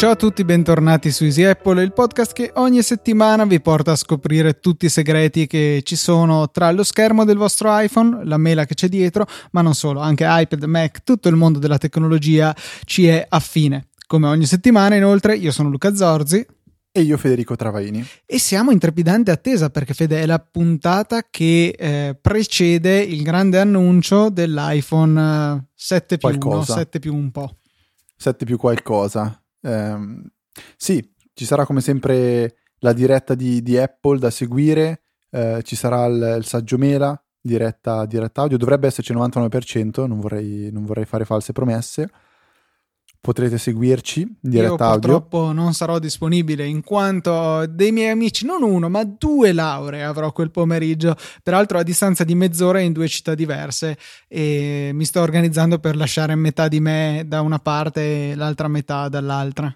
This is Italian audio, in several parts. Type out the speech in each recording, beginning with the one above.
Ciao a tutti, bentornati su Easy Apple, il podcast che ogni settimana vi porta a scoprire tutti i segreti che ci sono tra lo schermo del vostro iPhone, la mela che c'è dietro, ma non solo, anche iPad, Mac, tutto il mondo della tecnologia ci è affine. Come ogni settimana, inoltre, io sono Luca Zorzi. E io Federico Travaini. E siamo in trepidante attesa perché, Fede, è la puntata che precede il grande annuncio dell'iPhone 7 più 1, 7 più un po'. 7 più qualcosa. Sì, ci sarà come sempre la diretta di Apple da seguire, ci sarà il saggio mela, diretta audio, dovrebbe esserci il 99%, non vorrei fare false promesse. Potrete seguirci in diretta audio. Io purtroppo non sarò disponibile in quanto dei miei amici, non uno ma 2 lauree avrò quel pomeriggio, peraltro a distanza di mezz'ora in 2 città diverse, e mi sto organizzando per lasciare metà di me da una parte e l'altra metà dall'altra.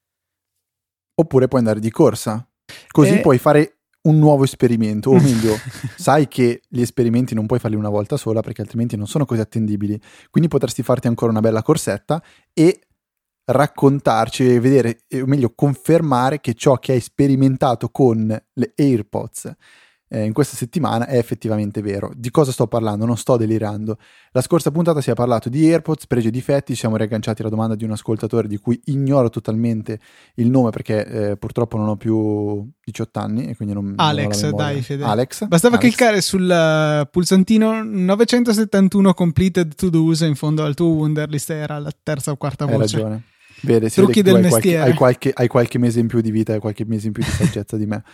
Oppure puoi andare di corsa, così puoi fare un nuovo esperimento, o meglio, sai che gli esperimenti non puoi farli una volta sola perché altrimenti non sono così attendibili, quindi potresti farti ancora una bella corsetta e raccontarci e vedere, o meglio confermare che ciò che hai sperimentato con le AirPods in questa settimana è effettivamente vero. Di cosa sto parlando? Non sto delirando. La scorsa puntata si è parlato di AirPods, pregi e difetti, ci siamo riagganciati alla domanda di un ascoltatore di cui ignoro totalmente il nome perché purtroppo non ho più 18 anni e quindi non Alex, non ho la dai Fede. Alex. Bastava cliccare sul pulsantino 971 completed to do's in fondo al tuo Wunderlist, era la terza o quarta voce. Hai ragione. Vede, trucchi del mestiere. Hai qualche mese in più di vita e qualche mese in più di saggezza di me.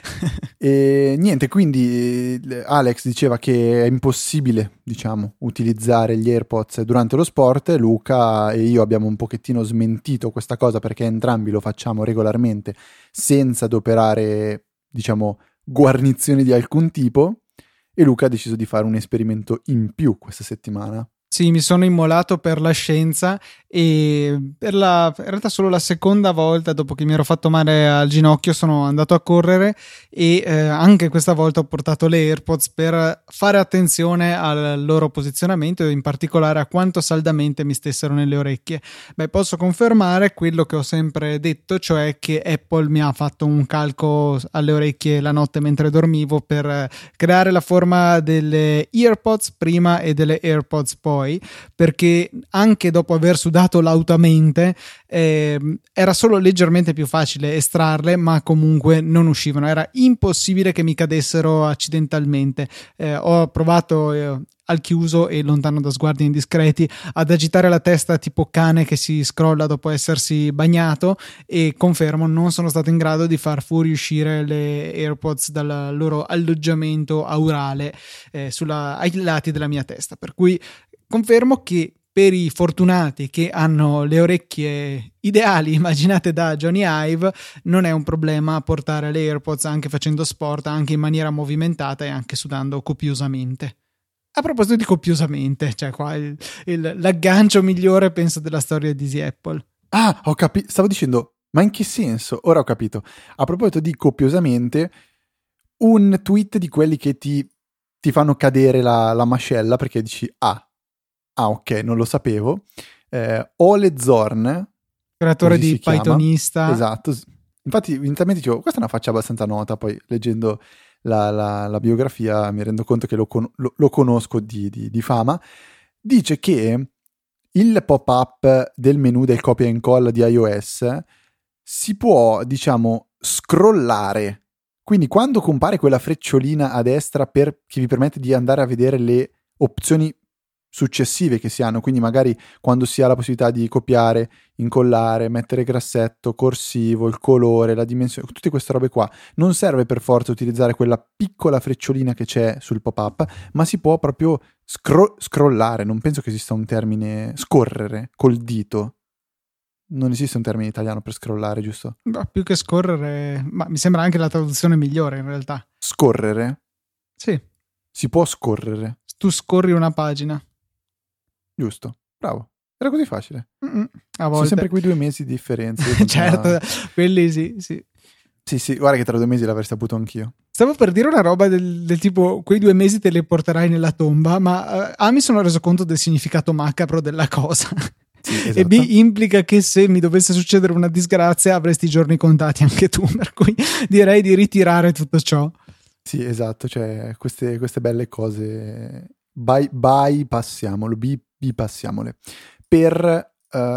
E niente, quindi Alex diceva che è impossibile, diciamo, utilizzare gli AirPods durante lo sport. Luca e io abbiamo un pochettino smentito questa cosa perché entrambi lo facciamo regolarmente senza adoperare, diciamo, guarnizioni di alcun tipo, e Luca ha deciso di fare un esperimento in più questa settimana. Sì, mi sono immolato per la scienza e in realtà solo la seconda volta dopo che mi ero fatto male al ginocchio sono andato a correre e anche questa volta ho portato le AirPods per fare attenzione al loro posizionamento e in particolare a quanto saldamente mi stessero nelle orecchie. Beh, posso confermare quello che ho sempre detto, cioè che Apple mi ha fatto un calco alle orecchie la notte mentre dormivo per creare la forma delle AirPods prima e delle AirPods poi, perché anche dopo aver sudato lautamente era solo leggermente più facile estrarle, ma comunque non uscivano, era impossibile che mi cadessero accidentalmente. Ho provato al chiuso e lontano da sguardi indiscreti ad agitare la testa tipo cane che si scrolla dopo essersi bagnato, e confermo non sono stato in grado di far fuoriuscire le AirPods dal loro alloggiamento aurale ai lati della mia testa, per cui confermo che per i fortunati che hanno le orecchie ideali immaginate da Johnny Ive non è un problema portare le AirPods anche facendo sport, anche in maniera movimentata e anche sudando copiosamente. A proposito di copiosamente, cioè qua l'aggancio migliore penso della storia di Easy Apple. Ah, ho capito, stavo dicendo, ma in che senso? Ora ho capito. A proposito di copiosamente, un tweet di quelli che ti fanno cadere la mascella perché dici ok, non lo sapevo. Ole Zorn, creatore di Pythonista. Esatto. Infatti inizialmente dicevo, questa è una faccia abbastanza nota, poi leggendo la biografia mi rendo conto che lo conosco di fama. Dice che il pop-up del menu del copia e incolla di iOS si può, diciamo, scrollare. Quindi quando compare quella frecciolina a destra che vi permette di andare a vedere le opzioni successive che si hanno, quindi magari quando si ha la possibilità di copiare, incollare, mettere grassetto, corsivo, il colore, la dimensione, tutte queste robe qua, non serve per forza utilizzare quella piccola frecciolina che c'è sul pop-up, ma si può proprio scrollare. Non penso che esista un termine, scorrere col dito. Non esiste un termine italiano per scrollare, giusto? No, più che scorrere, ma mi sembra anche la traduzione migliore in realtà. Scorrere? Sì. Si può scorrere. Tu scorri una pagina. Giusto, bravo. Era così facile. A volte. Sono sempre quei 2 mesi di differenza. Certo, quelli sì. Sì, guarda che tra 2 mesi l'avrei saputo anch'io. Stavo per dire una roba del tipo, quei 2 mesi te li porterai nella tomba, ma mi sono reso conto del significato macabro della cosa. Sì, esatto. E B implica che se mi dovesse succedere una disgrazia avresti i giorni contati anche tu, per cui direi di ritirare tutto ciò. Sì, esatto, cioè queste belle cose bypassiamole, bypassiamole. Per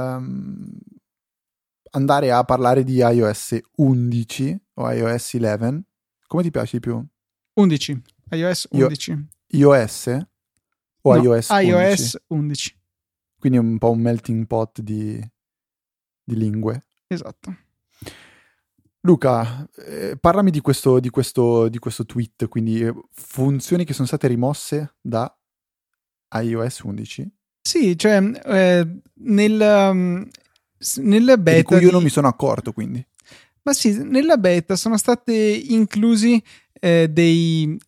andare a parlare di iOS 11 o iOS 11, come ti piace di più? 11, iOS 11. iOS o No, iOS 11? iOS 11. Quindi è un po' un melting pot di lingue. Esatto. Luca, parlami di questo tweet, quindi funzioni che sono state rimosse da iOS 11? Sì, cioè nella beta di cui io non mi sono accorto, quindi. Ma sì, nella beta sono state inclusi dei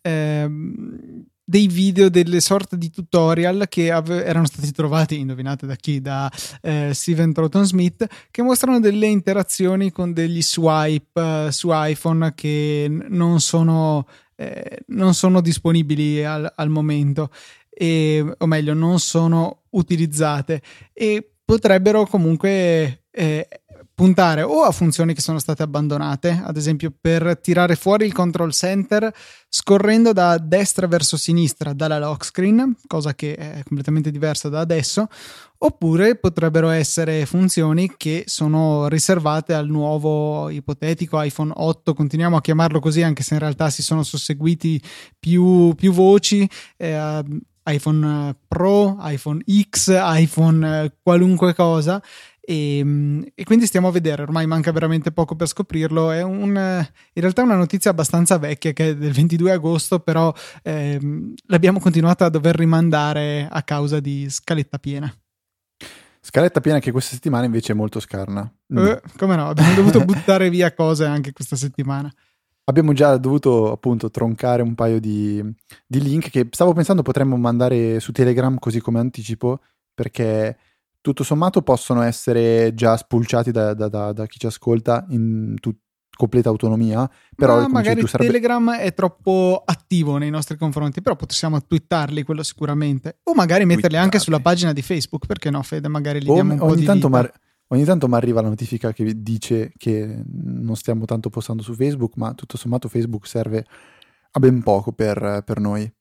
video, delle sorte di tutorial che erano stati trovati, indovinate da chi? Da Steven Troughton-Smith, che mostrano delle interazioni con degli swipe su iPhone che non sono disponibili al momento, o meglio, non sono utilizzate e potrebbero comunque puntare o a funzioni che sono state abbandonate, ad esempio per tirare fuori il control center scorrendo da destra verso sinistra dalla lock screen, cosa che è completamente diversa da adesso, oppure potrebbero essere funzioni che sono riservate al nuovo ipotetico iPhone 8, continuiamo a chiamarlo così anche se in realtà si sono susseguiti più voci, iPhone Pro, iPhone X, iPhone qualunque cosa. E quindi stiamo a vedere, ormai manca veramente poco per scoprirlo. È in realtà una notizia abbastanza vecchia che è del 22 agosto, però l'abbiamo continuata a dover rimandare a causa di scaletta piena. Scaletta piena che questa settimana invece è molto scarna. No. Come no, abbiamo dovuto buttare via cose anche questa settimana. Abbiamo già dovuto appunto troncare un paio di link che stavo pensando potremmo mandare su Telegram così come anticipo, perché tutto sommato possono essere già spulciati da chi ci ascolta in completa autonomia, però magari Telegram è troppo attivo nei nostri confronti, però possiamo twittarli, quello sicuramente, o magari metterli anche sulla pagina di Facebook, perché no Fede, magari li diamo un po' di vita. Ogni tanto mi arriva la notifica che dice che non stiamo tanto postando su Facebook, ma tutto sommato Facebook serve a ben poco per noi.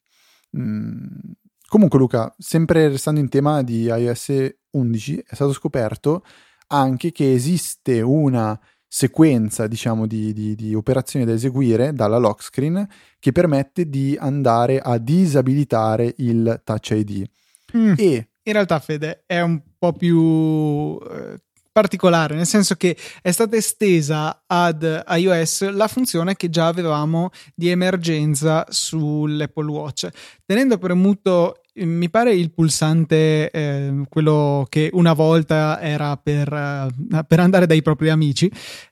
Comunque Luca, sempre restando in tema di iOS 11, è stato scoperto anche che esiste una sequenza, diciamo, di operazioni da eseguire dalla lock screen che permette di andare a disabilitare il Touch ID. E in realtà Fede è un po' più particolare, nel senso che è stata estesa ad iOS la funzione che già avevamo di emergenza sull'Apple Watch, tenendo premuto mi pare il pulsante, quello che una volta era per andare dai propri amici,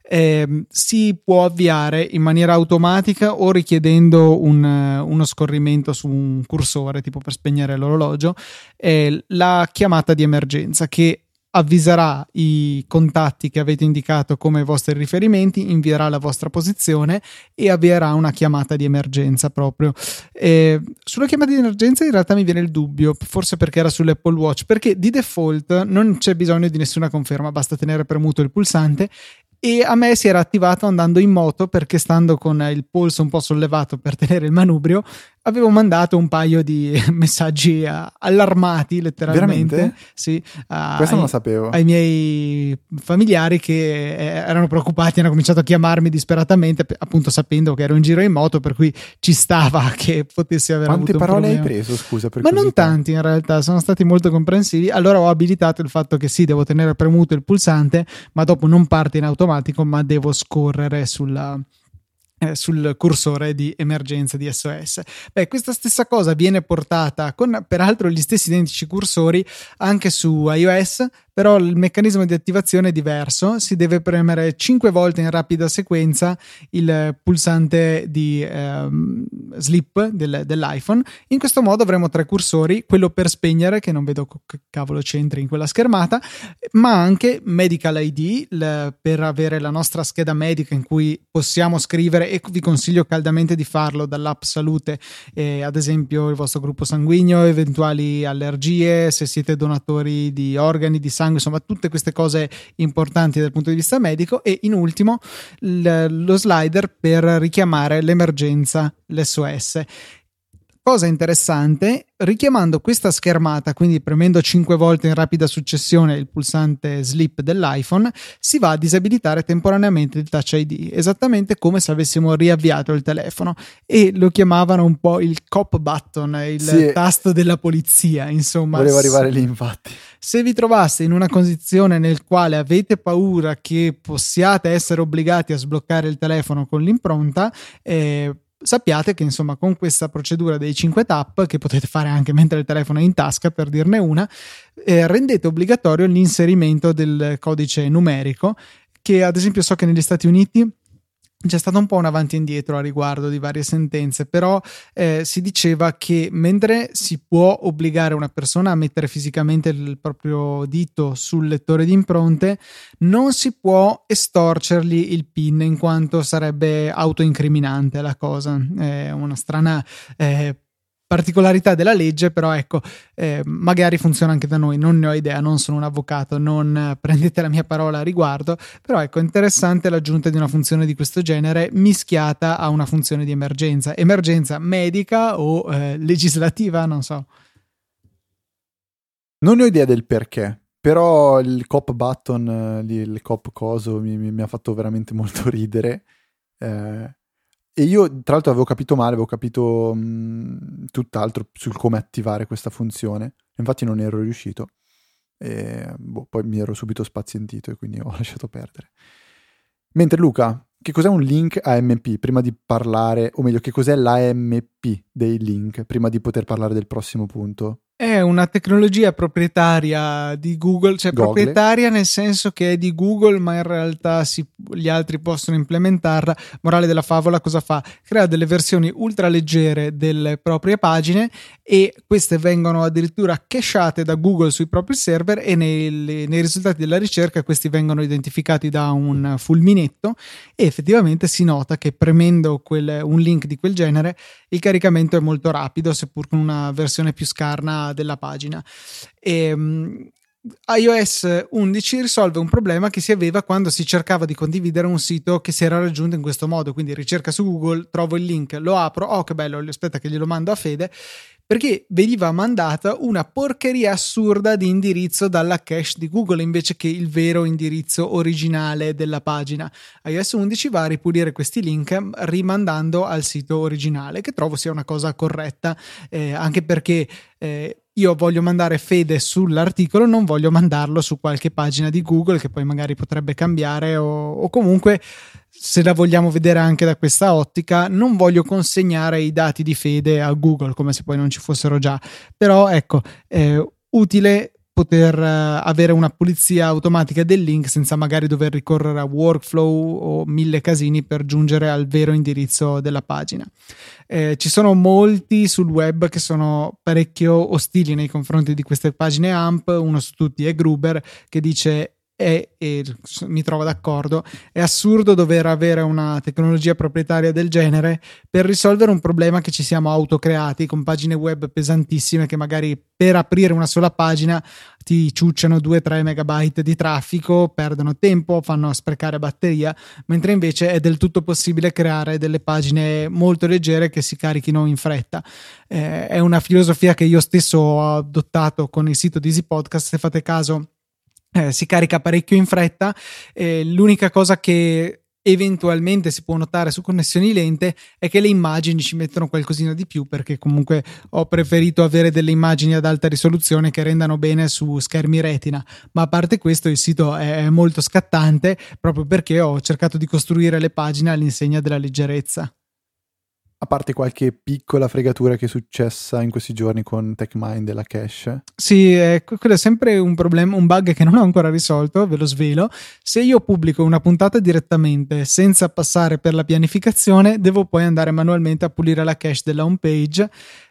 si può avviare in maniera automatica o richiedendo uno scorrimento su un cursore tipo per spegnere l'orologio, la chiamata di emergenza che avviserà i contatti che avete indicato come vostri riferimenti, invierà la vostra posizione e avvierà una chiamata di emergenza proprio. Sulla chiamata di emergenza in realtà mi viene il dubbio, forse perché era sull'Apple Watch, perché di default non c'è bisogno di nessuna conferma, basta tenere premuto il pulsante. E a me si era attivato andando in moto, perché stando con il polso un po' sollevato per tenere il manubrio avevo mandato un paio di messaggi allarmati letteralmente. Veramente? Sì, questo non lo sapevo. Ai miei familiari che erano preoccupati, hanno cominciato a chiamarmi disperatamente, appunto sapendo che ero in giro in moto, per cui ci stava che potessi aver Quante avuto un parole problema. hai preso, scusa, per Ma curiosità? non tanti in realtà, sono stati molto comprensivi. Allora ho abilitato il fatto che sì, devo tenere premuto il pulsante, ma dopo non parte in automatico, ma devo scorrere sul cursore di emergenza di SOS. Beh, questa stessa cosa viene portata con peraltro gli stessi identici cursori anche su iOS, però il meccanismo di attivazione è diverso. Si deve premere 5 volte in rapida sequenza il pulsante di sleep dell'iPhone. In questo modo avremo 3 cursori, quello per spegnere, che non vedo che cavolo c'entri in quella schermata, ma anche Medical ID per avere la nostra scheda medica in cui possiamo scrivere, e vi consiglio caldamente di farlo dall'app Salute, ad esempio il vostro gruppo sanguigno, eventuali allergie, se siete donatori di organi, di sangue, sangue, insomma tutte queste cose importanti dal punto di vista medico, e in ultimo lo slider per richiamare l'emergenza, l'SOS. Cosa interessante, richiamando questa schermata, quindi premendo 5 volte in rapida successione il pulsante sleep dell'iPhone, si va a disabilitare temporaneamente il Touch ID, esattamente come se avessimo riavviato il telefono, e lo chiamavano un po' il cop button, il tasto della polizia, insomma. Volevo arrivare lì, infatti. Se vi trovaste in una condizione nel quale avete paura che possiate essere obbligati a sbloccare il telefono con l'impronta, sappiate che insomma con questa procedura dei 5 tap, che potete fare anche mentre il telefono è in tasca, per dirne una, rendete obbligatorio l'inserimento del codice numerico, che ad esempio so che negli Stati Uniti c'è stato un po' un avanti e indietro a riguardo di varie sentenze, però si diceva che mentre si può obbligare una persona a mettere fisicamente il proprio dito sul lettore di impronte, non si può estorcergli il PIN, in quanto sarebbe autoincriminante la cosa. È una strana particolarità della legge, però ecco, magari funziona anche da noi, non ne ho idea, non sono un avvocato, non prendete la mia parola a riguardo, però ecco, interessante l'aggiunta di una funzione di questo genere mischiata a una funzione di emergenza medica o legislativa, non so. Non ne ho idea del perché, però il cop button, il cop coso mi ha fatto veramente molto ridere. E io tra l'altro avevo capito male, avevo capito tutt'altro sul come attivare questa funzione, infatti non ero riuscito, e poi mi ero subito spazientito e quindi ho lasciato perdere. Mentre Luca, che cos'è un link AMP prima di parlare, o meglio che cos'è l'AMP dei link prima di poter parlare del prossimo punto? È una tecnologia proprietaria di Google, cioè Google. Proprietaria nel senso che è di Google, ma in realtà gli altri possono implementarla. Morale della favola, cosa fa? Crea delle versioni ultra leggere delle proprie pagine, e queste vengono addirittura cacheate da Google sui propri server, e nei risultati della ricerca questi vengono identificati da un fulminetto, e effettivamente si nota che premendo un link di quel genere il caricamento è molto rapido, seppur con una versione più scarna della pagina. iOS 11 risolve un problema che si aveva quando si cercava di condividere un sito che si era raggiunto in questo modo, quindi ricerca su Google, trovo il link, lo apro, oh che bello, aspetta che glielo mando a Fede, perché veniva mandata una porcheria assurda di indirizzo dalla cache di Google invece che il vero indirizzo originale della pagina. iOS 11 va a ripulire questi link rimandando al sito originale, che trovo sia una cosa corretta, anche perché io voglio mandare Fede sull'articolo, non voglio mandarlo su qualche pagina di Google che poi magari potrebbe cambiare, o comunque, se la vogliamo vedere anche da questa ottica, non voglio consegnare i dati di Fede a Google come se poi non ci fossero già. Però ecco, è utile poter avere una pulizia automatica del link senza magari dover ricorrere a workflow o 1000 casini per giungere al vero indirizzo della pagina. Ci sono molti sul web che sono parecchio ostili nei confronti di queste pagine AMP. Uno su tutti è Gruber, che dice e mi trovo d'accordo, è assurdo dover avere una tecnologia proprietaria del genere per risolvere un problema che ci siamo autocreati con pagine web pesantissime che magari per aprire una sola pagina ti ciucciano 2-3 megabyte di traffico, perdono tempo, fanno sprecare batteria, mentre invece è del tutto possibile creare delle pagine molto leggere che si carichino in fretta. È una filosofia che io stesso ho adottato con il sito di Easy Podcast, se fate caso si carica parecchio in fretta. L'unica cosa che eventualmente si può notare su connessioni lente è che le immagini ci mettono qualcosina di più, perché comunque ho preferito avere delle immagini ad alta risoluzione che rendano bene su schermi retina, ma a parte questo il sito è molto scattante proprio perché ho cercato di costruire le pagine all'insegna della leggerezza. A parte qualche piccola fregatura che è successa in questi giorni con TechMind e la cache. Sì, quello è sempre un problema, un bug che non ho ancora risolto, ve lo svelo. Se io pubblico una puntata direttamente senza passare per la pianificazione, devo poi andare manualmente a pulire la cache della home page,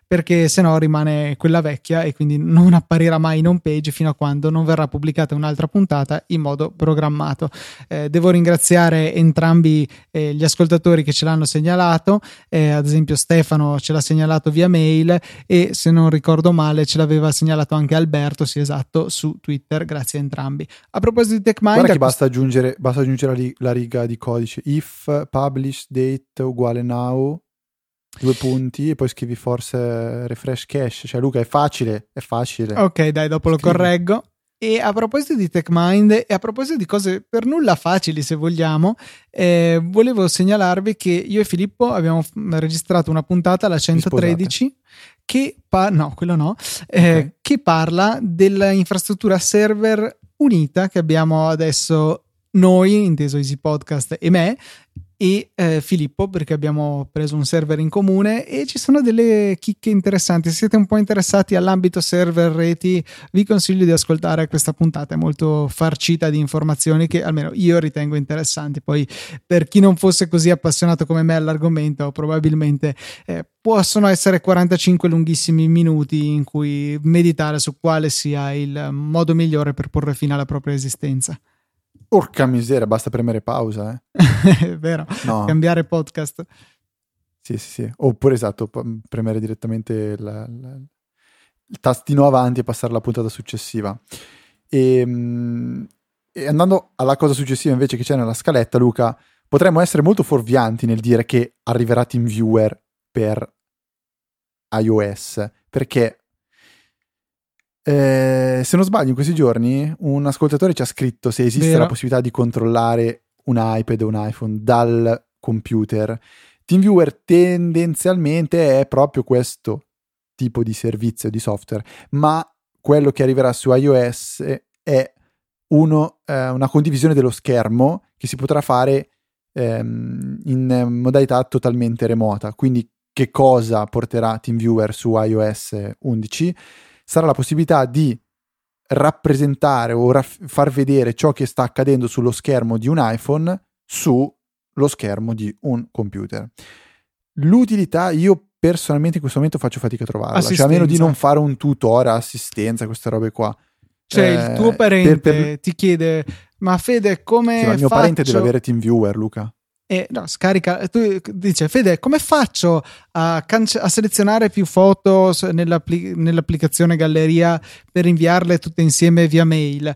perché se no rimane quella vecchia e quindi non apparirà mai in home page fino a quando non verrà pubblicata un'altra puntata in modo programmato. Devo ringraziare entrambi gli ascoltatori che ce l'hanno segnalato, ad esempio Stefano ce l'ha segnalato via mail e se non ricordo male ce l'aveva segnalato anche Alberto, sì esatto, su Twitter. Grazie a entrambi. A proposito di TechMind, guarda che basta aggiungere la riga di codice if publish date uguale now, 2 punti, e poi scrivi forse refresh cache. Cioè Luca, è facile. Ok, dai, dopo lo correggo. E a proposito di TechMind e a proposito di cose per nulla facili, se vogliamo, volevo segnalarvi che io e Filippo abbiamo registrato una puntata, la 113, che che parla della infrastruttura server unita che abbiamo adesso noi, inteso Easy Podcast e me, e Filippo, perché abbiamo preso un server in comune e ci sono delle chicche interessanti. Se siete un po' interessati all'ambito server reti, vi consiglio di ascoltare questa puntata, è molto farcita di informazioni che almeno io ritengo interessanti. Poi per chi non fosse così appassionato come me all'argomento, probabilmente possono essere 45 lunghissimi minuti in cui meditare su quale sia il modo migliore per porre fine alla propria esistenza. Porca miseria, basta premere pausa, È vero, no. Cambiare podcast. Sì. Oppure esatto, premere direttamente il tastino avanti e passare alla puntata successiva. E andando alla cosa successiva invece che c'è nella scaletta, Luca, potremmo essere molto fuorvianti nel dire che arriverà TeamViewer per iOS, perché se non sbaglio in questi giorni un ascoltatore ci ha scritto se esiste la possibilità di controllare un iPad o un iPhone dal computer. TeamViewer tendenzialmente è proprio questo tipo di servizio di software, ma quello che arriverà su iOS è una condivisione dello schermo che si potrà fare in modalità totalmente remota. Quindi che cosa porterà TeamViewer su iOS 11? Sarà la possibilità di rappresentare o far vedere ciò che sta accadendo sullo schermo di un iPhone sullo schermo di un computer. L'utilità io personalmente in questo momento faccio fatica a trovarla, cioè a meno di non fare un tutor, assistenza, queste robe qua. Cioè il tuo parente ti chiede ma Fede come sì, ma il mio parente deve avere TeamViewer, Luca. No, scarica, tu dice Fede come faccio a selezionare più foto nell'applicazione galleria per inviarle tutte insieme via mail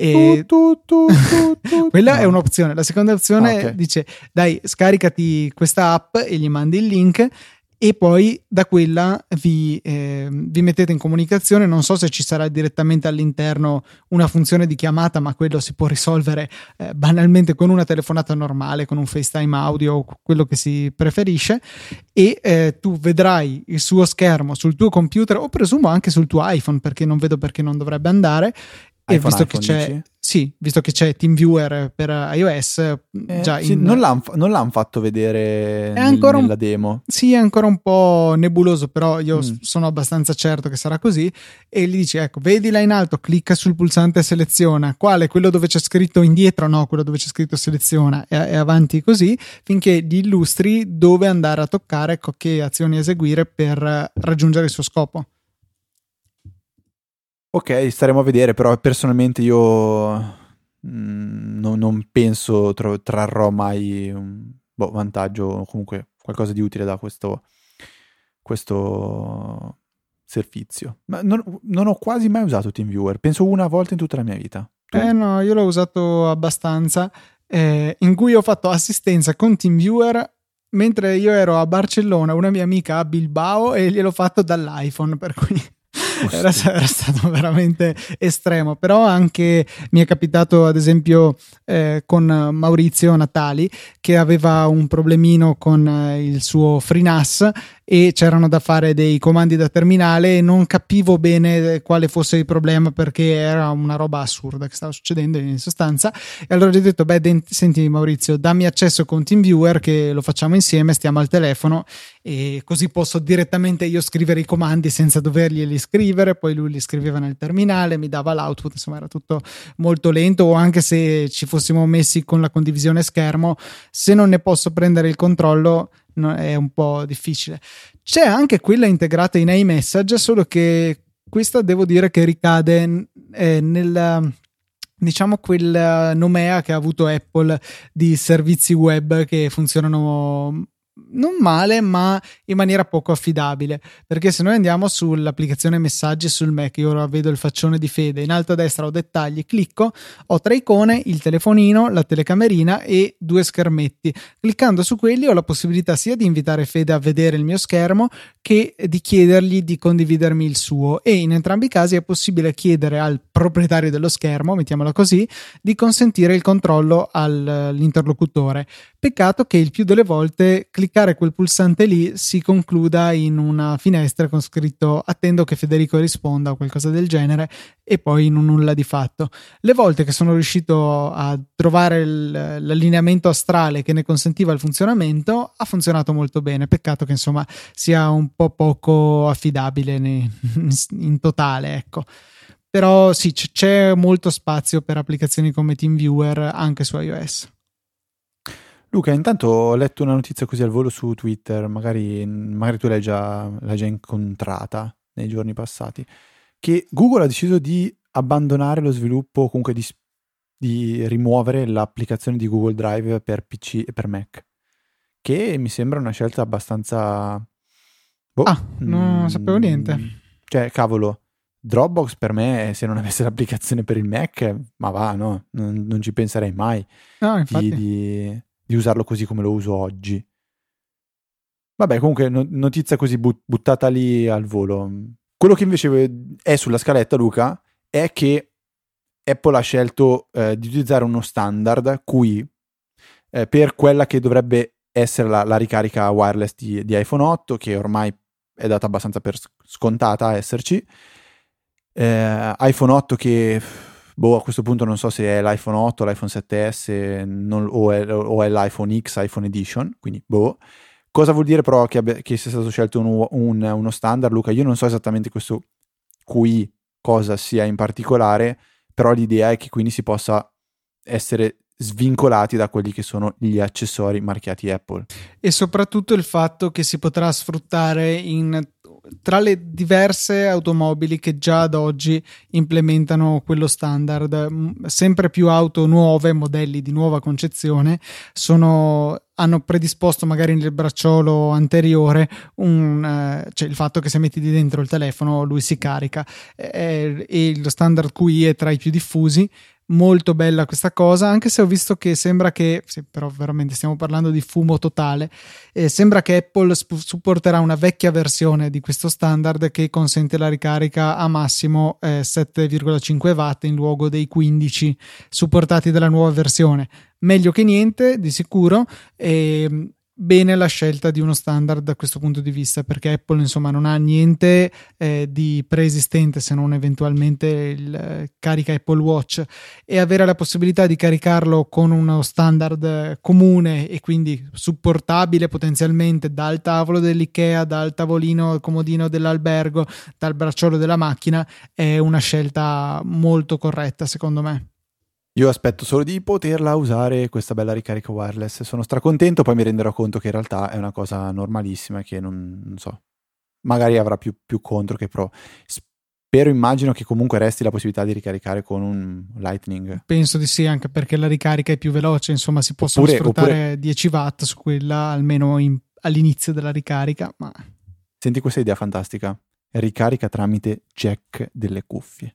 quella è un'opzione. La seconda opzione dice dai scaricati questa app e gli mandi il link e poi da quella vi mettete in comunicazione. Non so se ci sarà direttamente all'interno una funzione di chiamata, ma quello si può risolvere banalmente con una telefonata normale, con un FaceTime audio, quello che si preferisce, e tu vedrai il suo schermo sul tuo computer o presumo anche sul tuo iPhone, perché non vedo perché non dovrebbe andare. E visto che c'è TeamViewer per iOS, non l'hanno fatto vedere nella demo. Sì, è ancora un po' nebuloso, però io sono abbastanza certo che sarà così. E gli dici, ecco, vedi là in alto, clicca sul pulsante seleziona. Quale? Quello dove c'è scritto indietro? No, quello dove c'è scritto seleziona. E avanti così, finché gli illustri dove andare a toccare, che azioni eseguire per raggiungere il suo scopo. Ok, staremo a vedere, però personalmente io non penso trarrò mai un vantaggio o comunque qualcosa di utile da questo servizio. Ma non ho quasi mai usato TeamViewer, penso una volta in tutta la mia vita. No, io l'ho usato abbastanza, in cui ho fatto assistenza con TeamViewer mentre io ero a Barcellona, una mia amica a Bilbao, e gliel'ho fatto dall'iPhone, per cui era stato veramente estremo. Però anche mi è capitato ad esempio con Maurizio Natali, che aveva un problemino con il suo FreeNAS e c'erano da fare dei comandi da terminale e non capivo bene quale fosse il problema, perché era una roba assurda che stava succedendo in sostanza. E allora gli ho detto senti Maurizio, dammi accesso con TeamViewer che lo facciamo insieme, stiamo al telefono e così posso direttamente io scrivere i comandi senza doverglieli scrivere. Poi lui li scriveva nel terminale, mi dava l'output, insomma era tutto molto lento. O anche se ci fossimo messi con la condivisione schermo, se non ne posso prendere il controllo, è un po' difficile. C'è anche quella integrata in iMessage, solo che questa devo dire che ricade nel, diciamo, quel nomea che ha avuto Apple di servizi web che funzionano non male, ma in maniera poco affidabile, perché se noi andiamo sull'applicazione messaggi sul Mac, io ora vedo il faccione di Fede, in alto a destra ho dettagli, clicco, ho 3 icone, il telefonino, la telecamerina e 2 schermetti. Cliccando su quelli ho la possibilità sia di invitare Fede a vedere il mio schermo che di chiedergli di condividermi il suo, e in entrambi i casi è possibile chiedere al proprietario dello schermo, mettiamola così, di consentire il controllo all'interlocutore. Peccato che il più delle volte cliccare quel pulsante lì si concluda in una finestra con scritto attendo che Federico risponda o qualcosa del genere, e poi in un nulla di fatto. Le volte che sono riuscito a trovare l'allineamento astrale che ne consentiva il funzionamento, ha funzionato molto bene. Peccato che insomma sia un po' poco affidabile in totale, ecco. Però sì, c'è molto spazio per applicazioni come TeamViewer anche su iOS. Luca, intanto ho letto una notizia così al volo su Twitter, magari tu l'hai già incontrata nei giorni passati, che Google ha deciso di abbandonare lo sviluppo, comunque di rimuovere l'applicazione di Google Drive per PC e per Mac, che mi sembra una scelta abbastanza... non sapevo niente. Cioè, cavolo, Dropbox per me, se non avesse l'applicazione per il Mac, ma va, no? Non ci penserei mai di usarlo così come lo uso oggi. Vabbè, comunque notizia così buttata lì al volo. Quello che invece è sulla scaletta, Luca, è che Apple ha scelto di utilizzare uno standard cui per quella che dovrebbe essere la ricarica wireless di iPhone 8, che ormai è data abbastanza per scontata a esserci, iPhone 8 che a questo punto non so se è l'iPhone 8, l'iPhone 7S o è l'iPhone X, iPhone Edition, quindi Cosa vuol dire però che sia stato scelto uno standard, Luca? Io non so esattamente questo qui cosa sia in particolare, però l'idea è che quindi si possa essere svincolati da quelli che sono gli accessori marchiati Apple. E soprattutto il fatto che si potrà sfruttare tra le diverse automobili che già ad oggi implementano quello standard. Sempre più auto nuove, modelli di nuova concezione, hanno predisposto magari nel bracciolo anteriore cioè il fatto che se metti di dentro il telefono lui si carica, e lo standard QI è tra i più diffusi. Molto bella questa cosa, anche se ho visto che sembra che, sì, però veramente stiamo parlando di fumo totale, sembra che Apple supporterà una vecchia versione di questo standard che consente la ricarica a massimo 7,5 watt in luogo dei 15 supportati dalla nuova versione. Meglio che niente, di sicuro. Bene la scelta di uno standard da questo punto di vista, perché Apple insomma non ha niente di preesistente se non eventualmente il carica Apple Watch, e avere la possibilità di caricarlo con uno standard comune e quindi supportabile potenzialmente dal tavolo dell'Ikea, dal tavolino comodino dell'albergo, dal bracciolo della macchina, è una scelta molto corretta secondo me. Io aspetto solo di poterla usare, questa bella ricarica wireless. Sono stracontento, poi mi renderò conto che in realtà è una cosa normalissima, che non so, magari avrà più contro che pro. Immagino che comunque resti la possibilità di ricaricare con un Lightning. Penso di sì, anche perché la ricarica è più veloce, insomma si possono sfruttare 10 watt su quella, almeno all'inizio della ricarica. Ma... Senti questa idea fantastica, ricarica tramite jack delle cuffie.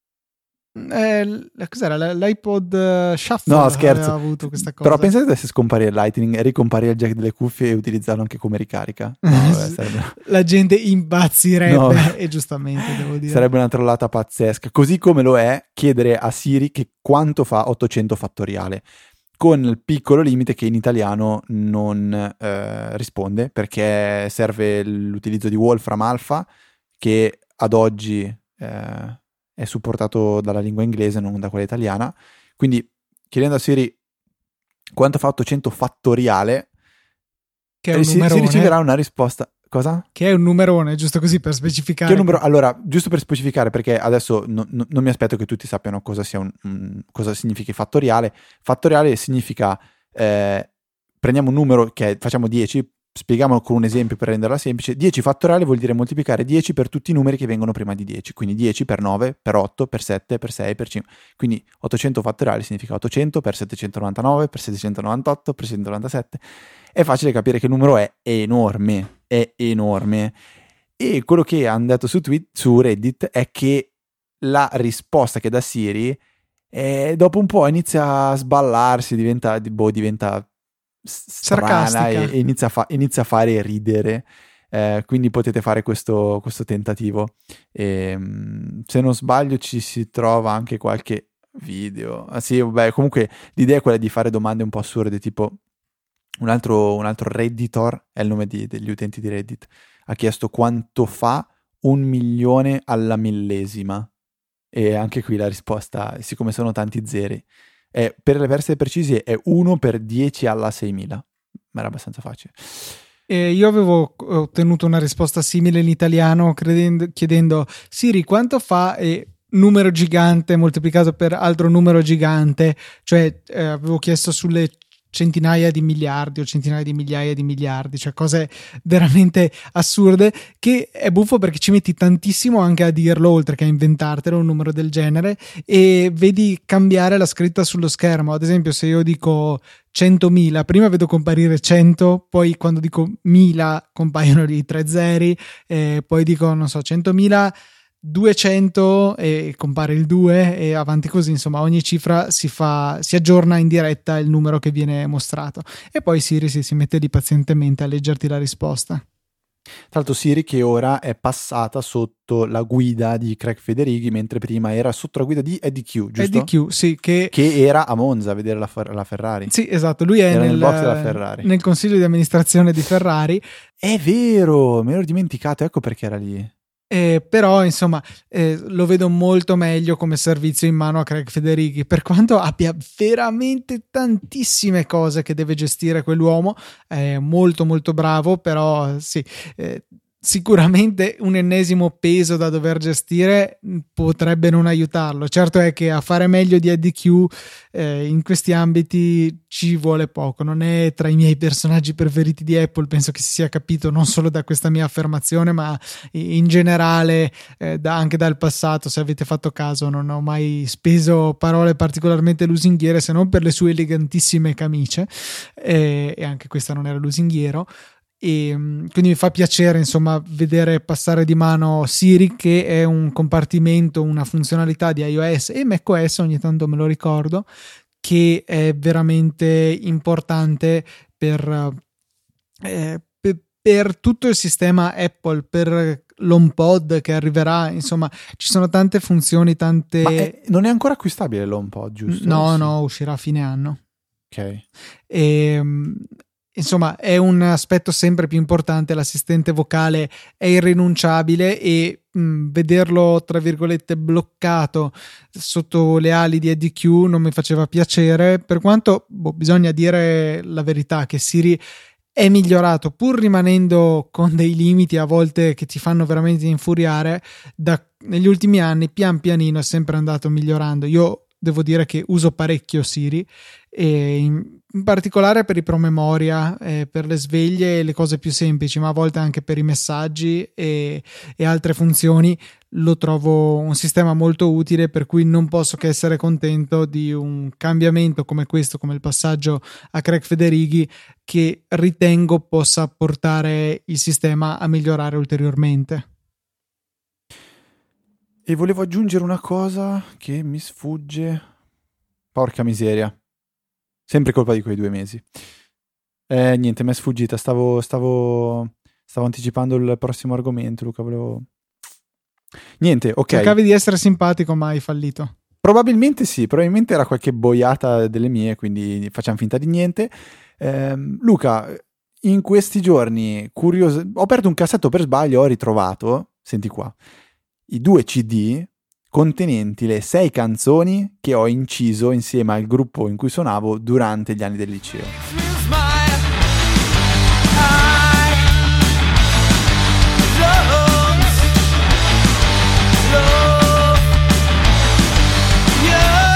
Cos'era? L'iPod Shuffle? No, scherzo. Aveva avuto questa cosa. Però pensate se scomparire il Lightning e ricomparire il jack delle cuffie e utilizzarlo anche come ricarica. No, la gente impazzirebbe, e giustamente devo dire. Sarebbe una trollata pazzesca. Così come lo è chiedere a Siri che quanto fa 800 fattoriale, con il piccolo limite che in italiano non risponde, perché serve l'utilizzo di Wolfram Alpha, che ad oggi è supportato dalla lingua inglese, non da quella italiana. Quindi chiedendo a Siri quanto fa 800 fattoriale, che è un numerone, si riceverà una risposta. Cosa? Che è un numerone, giusto così per specificare. Allora, giusto per specificare, perché adesso non mi aspetto che tutti sappiano cosa sia cosa significhi fattoriale. Fattoriale significa prendiamo un numero che facciamo 10, spieghiamolo con un esempio per renderla semplice. 10 fattoriale vuol dire moltiplicare 10 per tutti i numeri che vengono prima di 10, quindi 10 per 9, per 8, per 7, per 6, per 5. Quindi 800 fattoriale significa 800 per 799, per 798, per 797. È facile capire che il numero è enorme, E quello che hanno detto su Reddit è che la risposta che dà Siri dopo un po' inizia a sballarsi, diventa strana e inizia a fare ridere, quindi potete fare questo tentativo. Se non sbaglio ci si trova anche qualche video. Sì, vabbè, comunque l'idea è quella di fare domande un po' assurde, tipo un altro Redditor, è il nome degli utenti di Reddit, ha chiesto quanto fa 1.000.000 alla millesima, e anche qui la risposta, siccome sono tanti zeri, per essere precisi è 1 per 10 alla 6.000, ma era abbastanza facile. Io avevo ottenuto una risposta simile in italiano chiedendo Siri quanto fa numero gigante moltiplicato per altro numero gigante, cioè avevo chiesto sulle centinaia di miliardi o centinaia di migliaia di miliardi, cioè cose veramente assurde, che è buffo perché ci metti tantissimo anche a dirlo oltre che a inventartelo un numero del genere, e vedi cambiare la scritta sullo schermo. Ad esempio, se io dico 100.000, prima vedo comparire 100, poi quando dico 1000 compaiono lì 3 zeri, poi dico, non so, 100.000 200 e compare il 2 e avanti così, insomma ogni cifra si aggiorna in diretta il numero che viene mostrato, e poi Siri si mette lì pazientemente a leggerti la risposta. Tra l'altro Siri che ora è passata sotto la guida di Craig Federighi, mentre prima era sotto la guida di Eddie Q, giusto? Eddie Q, sì, che era a Monza a vedere la Ferrari. Sì, esatto, lui è nel box della Ferrari, nel consiglio di amministrazione di Ferrari. È vero, me l'ero dimenticato, ecco perché era lì. Però insomma lo vedo molto meglio come servizio in mano a Craig Federighi, per quanto abbia veramente tantissime cose che deve gestire quell'uomo. È molto molto bravo, però sì, sicuramente un ennesimo peso da dover gestire potrebbe non aiutarlo. Certo è che a fare meglio di Eddie Q in questi ambiti ci vuole poco. Non è tra i miei personaggi preferiti di Apple, penso che si sia capito non solo da questa mia affermazione, ma in generale anche dal passato. Se avete fatto caso, non ho mai speso parole particolarmente lusinghiere, se non per le sue elegantissime camicie, e anche questa non era lusinghiero. E quindi mi fa piacere insomma vedere passare di mano Siri, che è un compartimento, una funzionalità di iOS e macOS, ogni tanto me lo ricordo, che è veramente importante per tutto il sistema Apple, per l'HomePod che arriverà. Insomma, ci sono tante funzioni, tante... Ma non è ancora acquistabile l'HomePod, giusto? No, uscirà a fine anno. Ok. Insomma, è un aspetto sempre più importante. L'assistente vocale è irrinunciabile, e vederlo tra virgolette bloccato sotto le ali di Eddie Q non mi faceva piacere, per quanto bisogna dire la verità che Siri è migliorato, pur rimanendo con dei limiti a volte che ti fanno veramente infuriare. Negli ultimi anni pian pianino è sempre andato migliorando. Io devo dire che uso parecchio Siri, e in particolare per i promemoria, per le sveglie e le cose più semplici, ma a volte anche per i messaggi e altre funzioni. Lo trovo un sistema molto utile, per cui non posso che essere contento di un cambiamento come questo, come il passaggio a Craig Federighi, che ritengo possa portare il sistema a migliorare ulteriormente. E volevo aggiungere una cosa che mi sfugge. Porca miseria. Sempre colpa di quei 2 mesi. Niente, mi è sfuggita. Stavo anticipando il prossimo argomento, Luca. Niente, ok. Cercavi di essere simpatico, ma hai fallito. Probabilmente sì, probabilmente era qualche boiata delle mie, quindi facciamo finta di niente. Luca, in questi giorni, curioso, ho aperto un cassetto per sbaglio, ho ritrovato, senti qua, i 2 CD contenenti le 6 canzoni che ho inciso insieme al gruppo in cui suonavo durante gli anni del liceo.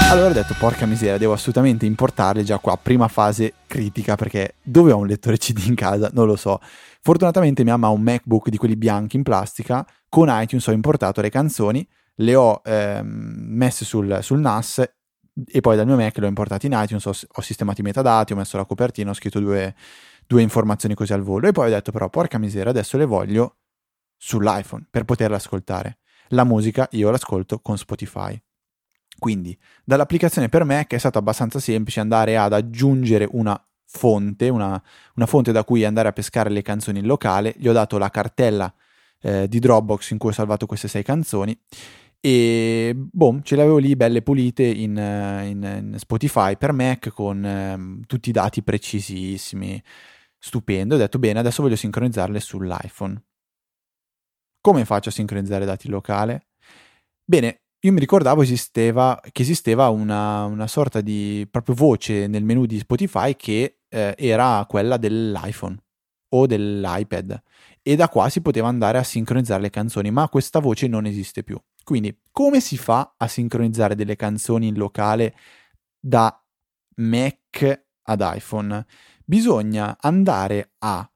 Allora ho detto, porca miseria, devo assolutamente importarli già qua, prima fase critica, perché dove ho un lettore CD in casa? Non lo so. Fortunatamente mia mamma ha un MacBook di quelli bianchi in plastica, con iTunes ho importato le canzoni, le ho messe sul NAS e poi dal mio Mac le ho importate in iTunes, ho sistemato i metadati, ho messo la copertina, ho scritto due informazioni così al volo, e poi ho detto però, porca miseria, adesso le voglio sull'iPhone per poterla ascoltare. La musica io l'ascolto con Spotify. Quindi dall'applicazione per Mac è stato abbastanza semplice andare ad aggiungere una fonte, una fonte da cui andare a pescare le canzoni in locale. Gli ho dato la cartella di Dropbox in cui ho salvato queste 6 canzoni e boom, ce le avevo lì belle pulite in Spotify per Mac con tutti i dati precisissimi, stupendo. Ho detto bene, adesso voglio sincronizzarle sull'iPhone. Come faccio a sincronizzare dati in locale? Bene, io mi ricordavo che esisteva una sorta di proprio voce nel menu di Spotify che era quella dell'iPhone o dell'iPad, e da qua si poteva andare a sincronizzare le canzoni, ma questa voce non esiste più. Quindi come si fa a sincronizzare delle canzoni in locale da Mac ad iPhone? Bisogna andare a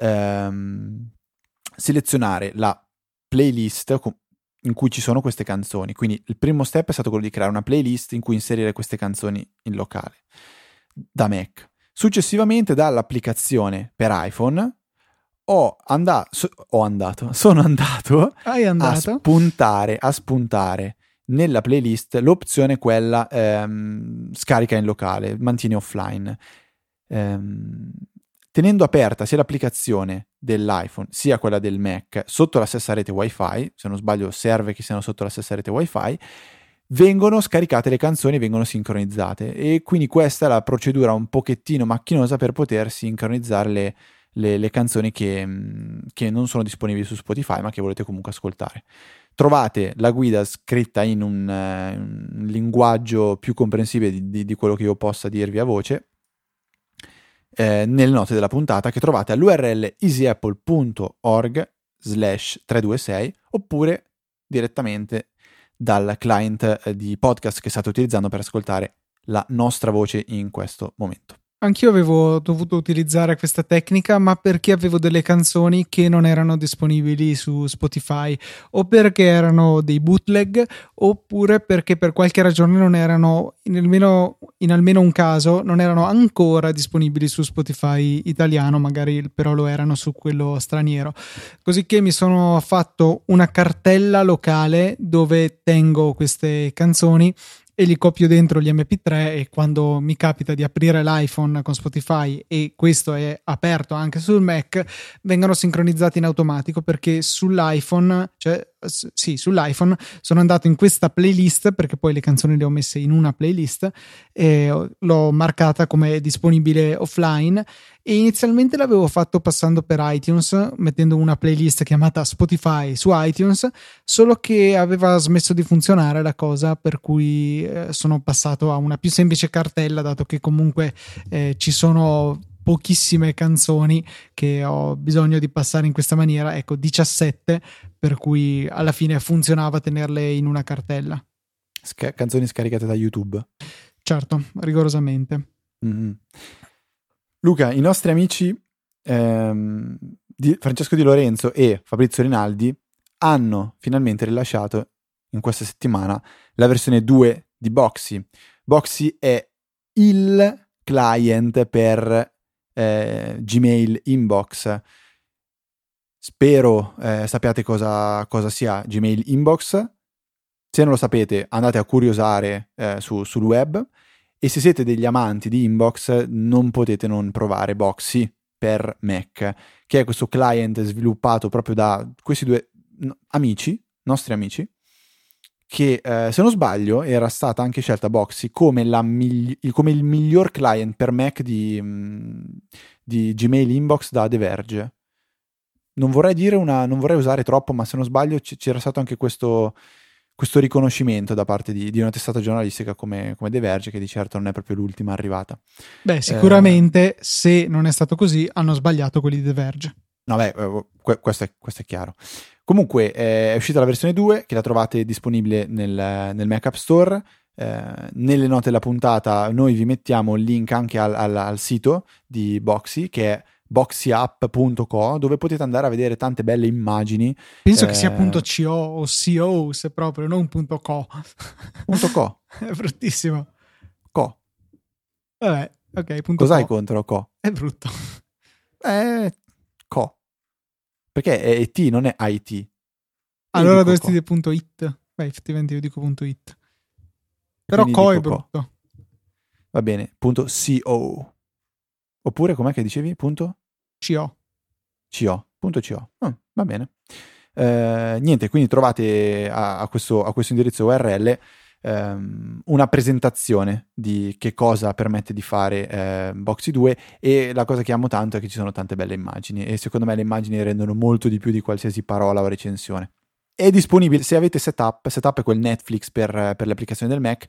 selezionare la playlist in cui ci sono queste canzoni. Quindi il primo step è stato quello di creare una playlist in cui inserire queste canzoni in locale da Mac. Successivamente dall'applicazione per iPhone sono andato a spuntare nella playlist l'opzione quella scarica in locale, mantieni offline. Tenendo aperta sia l'applicazione dell'iPhone sia quella del Mac sotto la stessa rete Wi-Fi, se non sbaglio serve che siano sotto la stessa rete Wi-Fi, vengono scaricate le canzoni, vengono sincronizzate, e quindi questa è la procedura un pochettino macchinosa per poter sincronizzare le canzoni che non sono disponibili su Spotify ma che volete comunque ascoltare. Trovate la guida scritta in un linguaggio più comprensibile di quello che io possa dirvi a voce nelle note della puntata, che trovate all'URL easyapple.org/326 oppure direttamente dal client di podcast che state utilizzando per ascoltare la nostra voce in questo momento. Anch'io avevo dovuto utilizzare questa tecnica, ma perché avevo delle canzoni che non erano disponibili su Spotify, o perché erano dei bootleg, oppure perché per qualche ragione non erano, in almeno un caso, non erano ancora disponibili su Spotify italiano, magari però lo erano su quello straniero. Così che mi sono fatto una cartella locale dove tengo queste canzoni e li copio dentro gli MP3, e quando mi capita di aprire l'iPhone con Spotify e questo è aperto anche sul Mac, vengono sincronizzati in automatico, perché sull'iPhone sono andato in questa playlist, perché poi le canzoni le ho messe in una playlist e l'ho marcata come disponibile offline, e inizialmente l'avevo fatto passando per iTunes, mettendo una playlist chiamata Spotify su iTunes, solo che aveva smesso di funzionare la cosa, per cui sono passato a una più semplice cartella, dato che comunque ci sono pochissime canzoni che ho bisogno di passare in questa maniera, ecco 17, per cui alla fine funzionava tenerle in una cartella. Canzoni scaricate da YouTube? Certo, rigorosamente. Mm-hmm. Luca, i nostri amici Francesco Di Lorenzo e Fabrizio Rinaldi hanno finalmente rilasciato in questa settimana la versione 2 di Boxy. Boxy è il client per Gmail Inbox. Spero sappiate cosa sia Gmail Inbox. Se non lo sapete, andate a curiosare sul web, e se siete degli amanti di Inbox non potete non provare Boxy per Mac, che è questo client sviluppato proprio da questi due nostri amici, che se non sbaglio era stata anche scelta Boxy come il miglior client per Mac di Gmail Inbox da The Verge. Non vorrei usare troppo, ma se non sbaglio c'era stato anche questo riconoscimento da parte di una testata giornalistica come The Verge, che di certo non è proprio l'ultima arrivata. Beh, sicuramente se non è stato così hanno sbagliato quelli di The Verge. No, beh, questo è chiaro. Comunque è uscita la versione 2, che la trovate disponibile nel Mac App Store. nelle note della puntata noi vi mettiamo il link anche al sito di Boxy, che è boxyapp.co, dove potete andare a vedere tante belle immagini. Penso che sia .co o .co, se proprio, non .co. .co. È bruttissimo. Co. Vabbè, ok, Cos'hai contro co? È brutto. Co. Perché è it, non è it. Allora dovresti dire .it. Beh, effettivamente io dico .it. Però co è brutto. Co. Va bene, .co. Oppure com'è che dicevi? .co. .co. Va bene. Niente, quindi trovate a questo indirizzo URL una presentazione di che cosa permette di fare Boxy 2, e la cosa che amo tanto è che ci sono tante belle immagini, e secondo me le immagini rendono molto di più di qualsiasi parola o recensione. È disponibile, se avete Setup è quel Netflix per le applicazioni del Mac,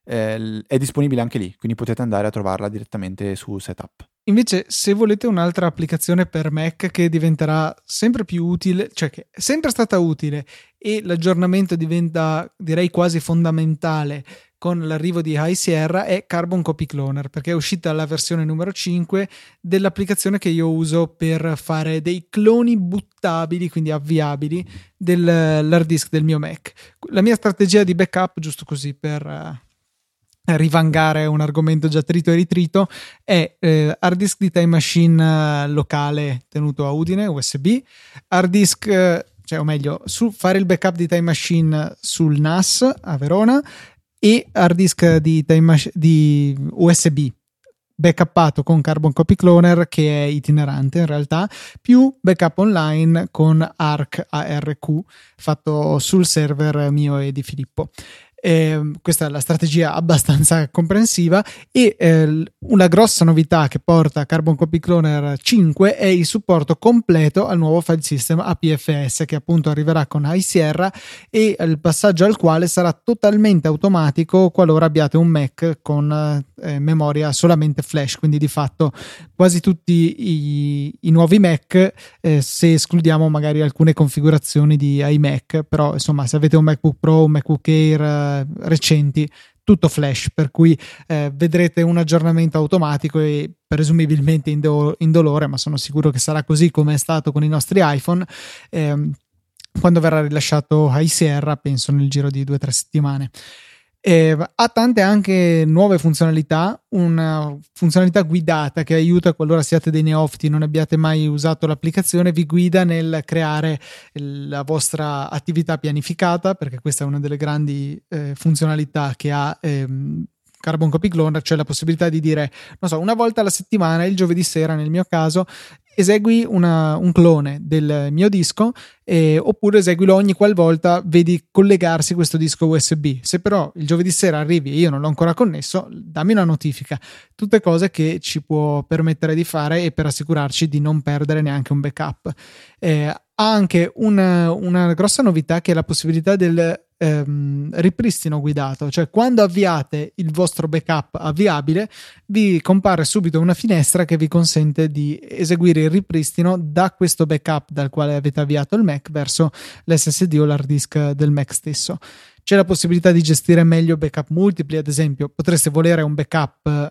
è disponibile anche lì, quindi potete andare a trovarla direttamente su Setup. Invece, se volete un'altra applicazione per Mac che diventerà sempre più utile, cioè che è sempre stata utile e l'aggiornamento diventa, direi, quasi fondamentale con l'arrivo di High Sierra, è Carbon Copy Cloner, perché è uscita la versione numero 5 dell'applicazione che io uso per fare dei cloni buttabili, quindi avviabili, dell'hard disk del mio Mac. La mia strategia di backup, giusto così per rivangare un argomento già trito e ritrito, è hard disk di Time Machine locale tenuto a Udine, USB, hard disk, cioè o meglio, fare il backup di Time Machine sul NAS a Verona, e hard disk di USB backuppato con Carbon Copy Cloner, che è itinerante in realtà, più backup online con ARQ fatto sul server mio e di Filippo. Questa è la strategia abbastanza comprensiva, e una grossa novità che porta Carbon Copy Cloner 5 è il supporto completo al nuovo file system APFS, che appunto arriverà con High Sierra, e il passaggio al quale sarà totalmente automatico qualora abbiate un Mac con memoria solamente flash, quindi di fatto quasi tutti i nuovi Mac, se escludiamo magari alcune configurazioni di iMac, però insomma se avete un MacBook Pro, un MacBook Air recenti, tutto flash, per cui vedrete un aggiornamento automatico e presumibilmente indolore, ma sono sicuro che sarà così come è stato con i nostri iPhone quando verrà rilasciato High Sierra, penso nel giro di 2 o 3 settimane. Ha tante anche nuove funzionalità, una funzionalità guidata che aiuta qualora siate dei neofiti, non abbiate mai usato l'applicazione, vi guida nel creare la vostra attività pianificata, perché questa è una delle grandi funzionalità che ha Carbon Copy Cloner, cioè la possibilità di dire, non so, una volta alla settimana, il giovedì sera nel mio caso, esegui un clone del mio disco, oppure eseguilo ogni qualvolta vedi collegarsi questo disco USB. Se però il giovedì sera arrivi e io non l'ho ancora connesso, dammi una notifica. Tutte cose che ci può permettere di fare, e per assicurarci di non perdere neanche un backup. Ha anche una grossa novità, che è la possibilità del ripristino guidato, cioè quando avviate il vostro backup avviabile vi compare subito una finestra che vi consente di eseguire il ripristino da questo backup dal quale avete avviato il Mac verso l'SSD o l'hard disk del Mac stesso. C'è la possibilità di gestire meglio backup multipli, ad esempio potreste volere un backup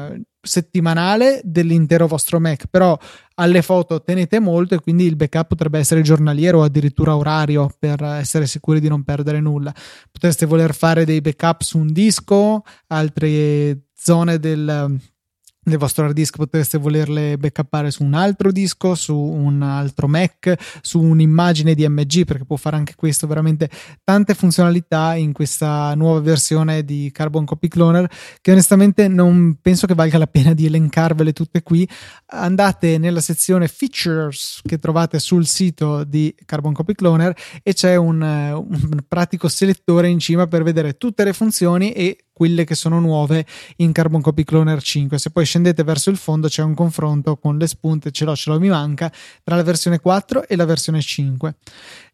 settimanale dell'intero vostro Mac, però alle foto tenete molto e quindi il backup potrebbe essere giornaliero o addirittura orario, per essere sicuri di non perdere nulla. Potreste voler fare dei backup su un disco, altre zone del vostro hard disk potreste volerle backuppare su un altro disco, su un altro Mac, su un'immagine DMG, perché può fare anche questo. Veramente tante funzionalità in questa nuova versione di Carbon Copy Cloner, che onestamente non penso che valga la pena di elencarvele tutte qui. Andate nella sezione features che trovate sul sito di Carbon Copy Cloner e c'è un pratico selettore in cima per vedere tutte le funzioni e quelle che sono nuove in Carbon Copy Cloner 5. Se poi scendete verso il fondo c'è un confronto con le spunte, ce l'ho, mi manca, tra la versione 4 e la versione 5.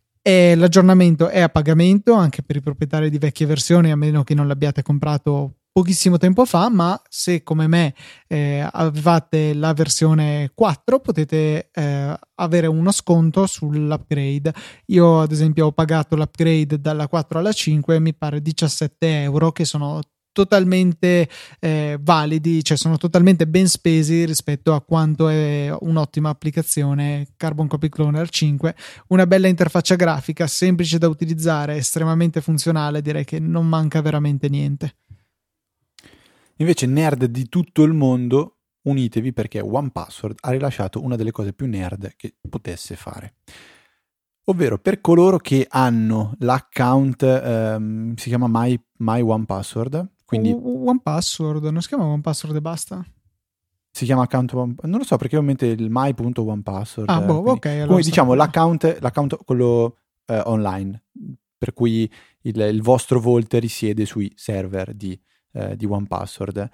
L'aggiornamento è a pagamento anche per i proprietari di vecchie versioni, a meno che non l'abbiate comprato pochissimo tempo fa, ma se come me avevate la versione 4 potete avere uno sconto sull'upgrade. Io ad esempio ho pagato l'upgrade dalla 4 alla 5, mi pare 17 euro, che sono totalmente validi, cioè sono totalmente ben spesi rispetto a quanto è un'ottima applicazione Carbon Copy Cloner 5. Una bella interfaccia grafica, semplice da utilizzare, estremamente funzionale, direi che non manca veramente niente. Invece nerd di tutto il mondo, unitevi, perché 1Password ha rilasciato una delle cose più nerd che potesse fare. Ovvero, per coloro che hanno l'account, si chiama My 1Password, quindi 1Password, non si chiama 1Password e basta? si chiama account non lo so, perché ovviamente il my.1Password. Ok, allora come diciamo l'account quello online, per cui il vostro vault risiede sui server di 1Password.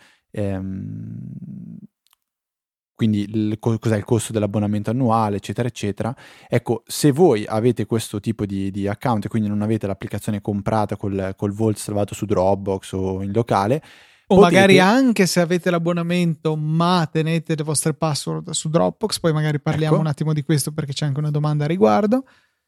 Quindi cos'è il costo dell'abbonamento annuale, eccetera eccetera. Ecco, se voi avete questo tipo di account e quindi non avete l'applicazione comprata col vault salvato su Dropbox o in locale, o magari anche se avete l'abbonamento ma tenete le vostre password su Dropbox, poi magari parliamo un attimo di questo perché c'è anche una domanda a riguardo.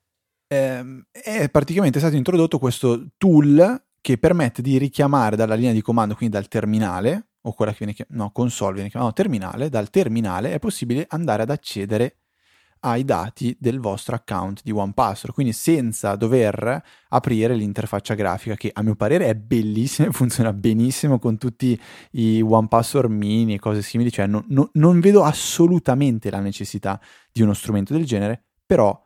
È praticamente stato introdotto questo tool che permette di richiamare dalla linea di comando, quindi dal terminale, o quella che viene chiamata, no, console viene chiamata, no, terminale, dal terminale è possibile andare ad accedere ai dati del vostro account di 1Password, quindi senza dover aprire l'interfaccia grafica, che a mio parere è bellissima e funziona benissimo con tutti i 1Password mini e cose simili, cioè non vedo assolutamente la necessità di uno strumento del genere, però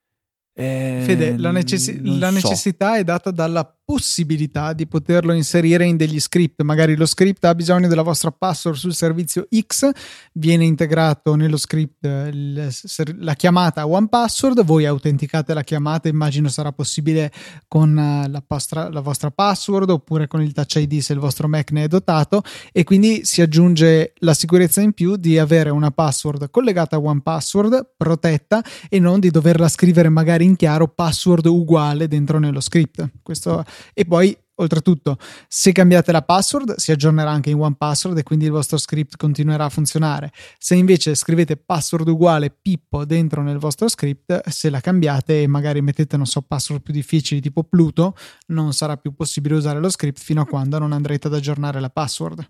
Fede, la necessità è data dalla possibilità di poterlo inserire in degli script. Magari lo script ha bisogno della vostra password sul servizio X, viene integrato nello script la chiamata 1Password, voi autenticate la chiamata, immagino sarà possibile con la vostra password oppure con il Touch ID se il vostro Mac ne è dotato, e quindi si aggiunge la sicurezza in più di avere una password collegata a 1Password, protetta, e non di doverla scrivere magari in chiaro password uguale dentro nello script. Questo. E poi oltretutto, se cambiate la password si aggiornerà anche in 1Password e quindi il vostro script continuerà a funzionare. Se invece scrivete password uguale Pippo dentro nel vostro script, se la cambiate e magari mettete, non so, password più difficili tipo Pluto, non sarà più possibile usare lo script fino a quando non andrete ad aggiornare la password.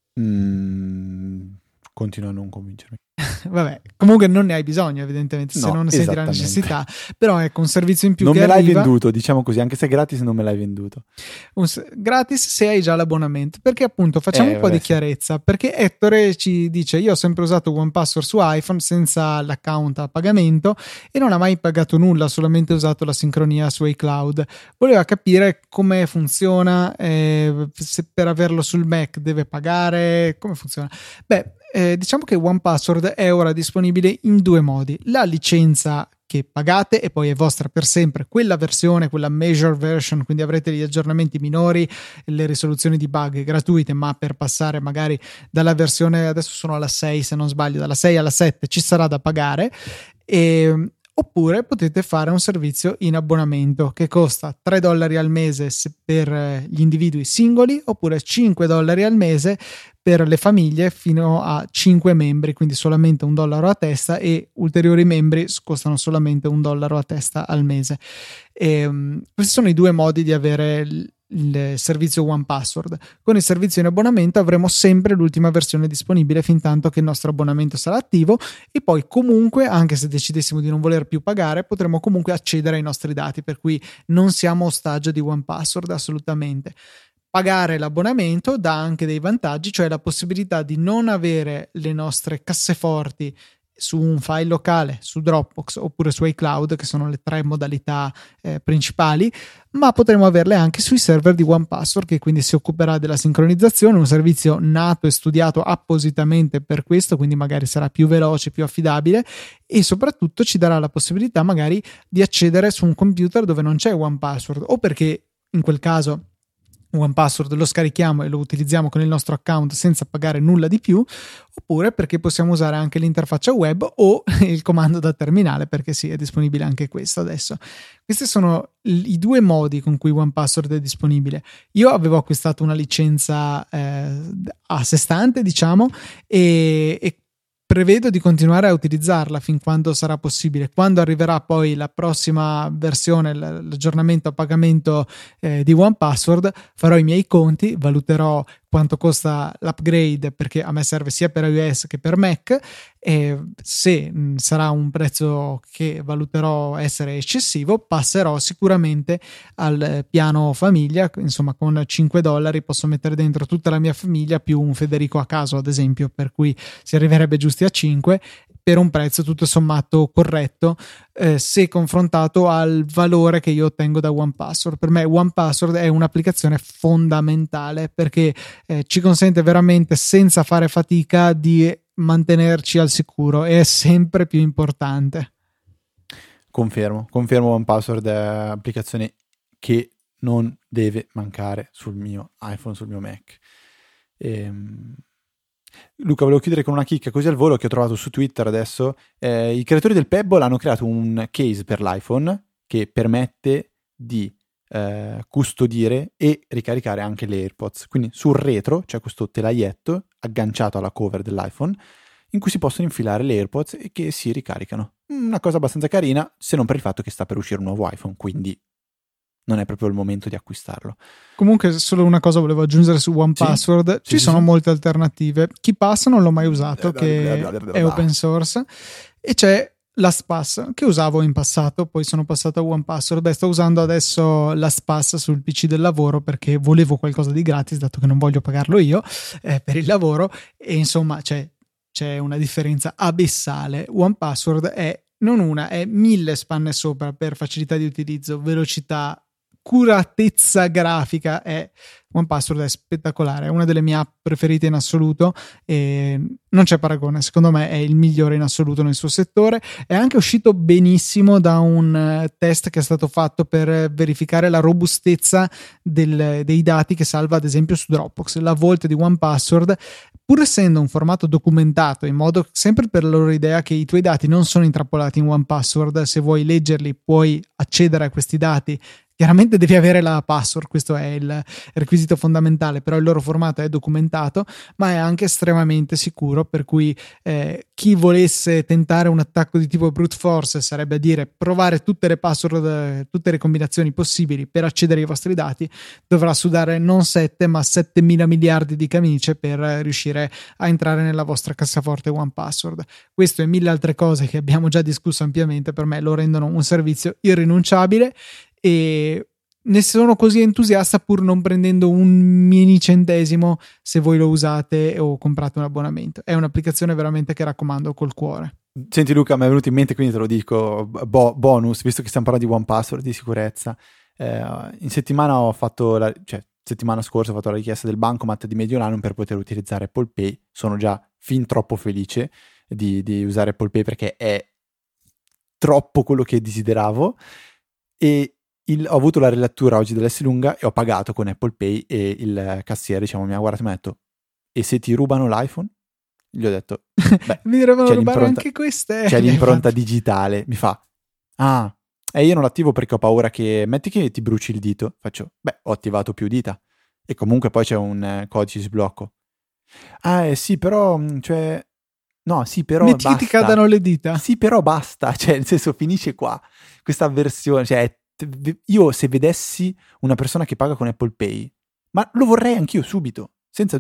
Continua a non convincermi. Vabbè, comunque non ne hai bisogno evidentemente, se non ne senti la necessità, però ecco, un servizio in più non che me l'hai arriva, venduto, diciamo così, anche se gratis non me l'hai venduto. Gratis se hai già l'abbonamento, perché appunto facciamo un po' di chiarezza, perché Ettore ci dice: io ho sempre usato 1Password su iPhone senza l'account a pagamento e non ha mai pagato nulla, solamente usato la sincronia su iCloud. Voleva capire come funziona, se per averlo sul Mac deve pagare, come funziona. Diciamo che 1Password è ora disponibile in due modi: la licenza che pagate e poi è vostra per sempre, quella versione, quella major version, quindi avrete gli aggiornamenti minori, le risoluzioni di bug gratuite, ma per passare magari dalla versione, adesso sono alla 6 se non sbaglio, dalla 6 alla 7 ci sarà da pagare. Oppure potete fare un servizio in abbonamento che costa $3 al mese per gli individui singoli, oppure $5 al mese per le famiglie fino a 5 membri, quindi solamente $1 a testa, e ulteriori membri costano solamente $1 a testa al mese. Questi sono i due modi di avere il servizio 1Password. Con il servizio in abbonamento avremo sempre l'ultima versione disponibile fin tanto che il nostro abbonamento sarà attivo, e poi comunque, anche se decidessimo di non voler più pagare, potremo comunque accedere ai nostri dati, per cui non siamo ostaggio di 1Password assolutamente. Pagare l'abbonamento dà anche dei vantaggi, cioè la possibilità di non avere le nostre casseforti su un file locale, su Dropbox oppure su iCloud, che sono le tre modalità principali, ma potremo averle anche sui server di 1Password, che quindi si occuperà della sincronizzazione, un servizio nato e studiato appositamente per questo, quindi magari sarà più veloce, più affidabile, e soprattutto ci darà la possibilità magari di accedere su un computer dove non c'è 1Password, o perché in quel caso OnePassword lo scarichiamo e lo utilizziamo con il nostro account senza pagare nulla di più, oppure perché possiamo usare anche l'interfaccia web o il comando da terminale, perché sì, è disponibile anche questo adesso. Questi sono i due modi con cui OnePassword è disponibile. Io avevo acquistato una licenza a sé stante, diciamo, e prevedo di continuare a utilizzarla fin quando sarà possibile. Quando arriverà poi la prossima versione, l'aggiornamento a pagamento di OnePassword, farò i miei conti, valuterò quanto costa l'upgrade, perché a me serve sia per iOS che per Mac, e se sarà un prezzo che valuterò essere eccessivo, passerò sicuramente al piano famiglia. Insomma, con $5 posso mettere dentro tutta la mia famiglia più un Federico a caso, ad esempio, per cui si arriverebbe giusti a 5 per un prezzo tutto sommato corretto, se confrontato al valore che io ottengo da OnePassword. Per me OnePassword è un'applicazione fondamentale, perché ci consente veramente, senza fare fatica, di mantenerci al sicuro, e è sempre più importante. Confermo OnePassword è un'applicazione che non deve mancare sul mio iPhone, sul mio Mac. Luca, volevo chiudere con una chicca così al volo che ho trovato su Twitter adesso. I creatori del Pebble hanno creato un case per l'iPhone che permette di custodire e ricaricare anche le AirPods. Quindi sul retro c'è questo telaietto agganciato alla cover dell'iPhone in cui si possono infilare le AirPods e che si ricaricano. Una cosa abbastanza carina, se non per il fatto che sta per uscire un nuovo iPhone, quindi non è proprio il momento di acquistarlo. Comunque, solo una cosa volevo aggiungere su OnePassword. Ci sono molte alternative. KeePass non l'ho mai usato, che è open source, e c'è LastPass che usavo in passato, poi sono passato a OnePassword. Sto usando adesso LastPass sul PC del lavoro perché volevo qualcosa di gratis, dato che non voglio pagarlo io per il lavoro, e insomma c'è una differenza abissale. OnePassword è non una, è 1000 spanne sopra per facilità di utilizzo, velocità, curatezza grafica. OnePassword è spettacolare, è una delle mie app preferite in assoluto e non c'è paragone. Secondo me è il migliore in assoluto nel suo settore. È anche uscito benissimo da un test che è stato fatto per verificare la robustezza dei dati che salva ad esempio su Dropbox. La Vault di OnePassword, pur essendo un formato documentato, in modo, sempre per la loro idea che i tuoi dati non sono intrappolati in OnePassword, se vuoi leggerli puoi accedere a questi dati. Chiaramente devi avere la password, questo è il requisito fondamentale, però il loro formato è documentato, ma è anche estremamente sicuro, per cui chi volesse tentare un attacco di tipo brute force, sarebbe a dire provare tutte le password, tutte le combinazioni possibili per accedere ai vostri dati, dovrà sudare non 7 ma 7.000 miliardi di camicie per riuscire a entrare nella vostra cassaforte OnePassword. Questo e 1000 altre cose che abbiamo già discusso ampiamente per me lo rendono un servizio irrinunciabile, e ne sono così entusiasta pur non prendendo un mini centesimo se voi lo usate o comprate un abbonamento. È un'applicazione veramente che raccomando col cuore. Senti Luca, mi è venuto in mente, quindi te lo dico, bonus, visto che stiamo parlando di OnePassword, di sicurezza. In settimana settimana scorsa ho fatto la richiesta del bancomat di Mediolanum per poter utilizzare Apple Pay. Sono già fin troppo felice di usare Apple Pay perché è troppo quello che desideravo, e ho avuto la rilettura oggi dell'Esselunga e ho pagato con Apple Pay, e il cassiere, mi ha guardato e mi ha detto: e se ti rubano l'iPhone? Gli ho detto: beh, mi dovevano rubare anche queste. C'è l'impronta digitale. Mi fa: io non l'attivo perché ho paura che, metti che ti bruci il dito. Faccio: beh, ho attivato più dita e comunque poi c'è un codice di sblocco. Sì, però no, sì, però metti che ti cadano le dita. Sì, però basta, nel senso, finisce qua questa avversione. Io se vedessi una persona che paga con Apple Pay, ma lo vorrei anch'io subito, senza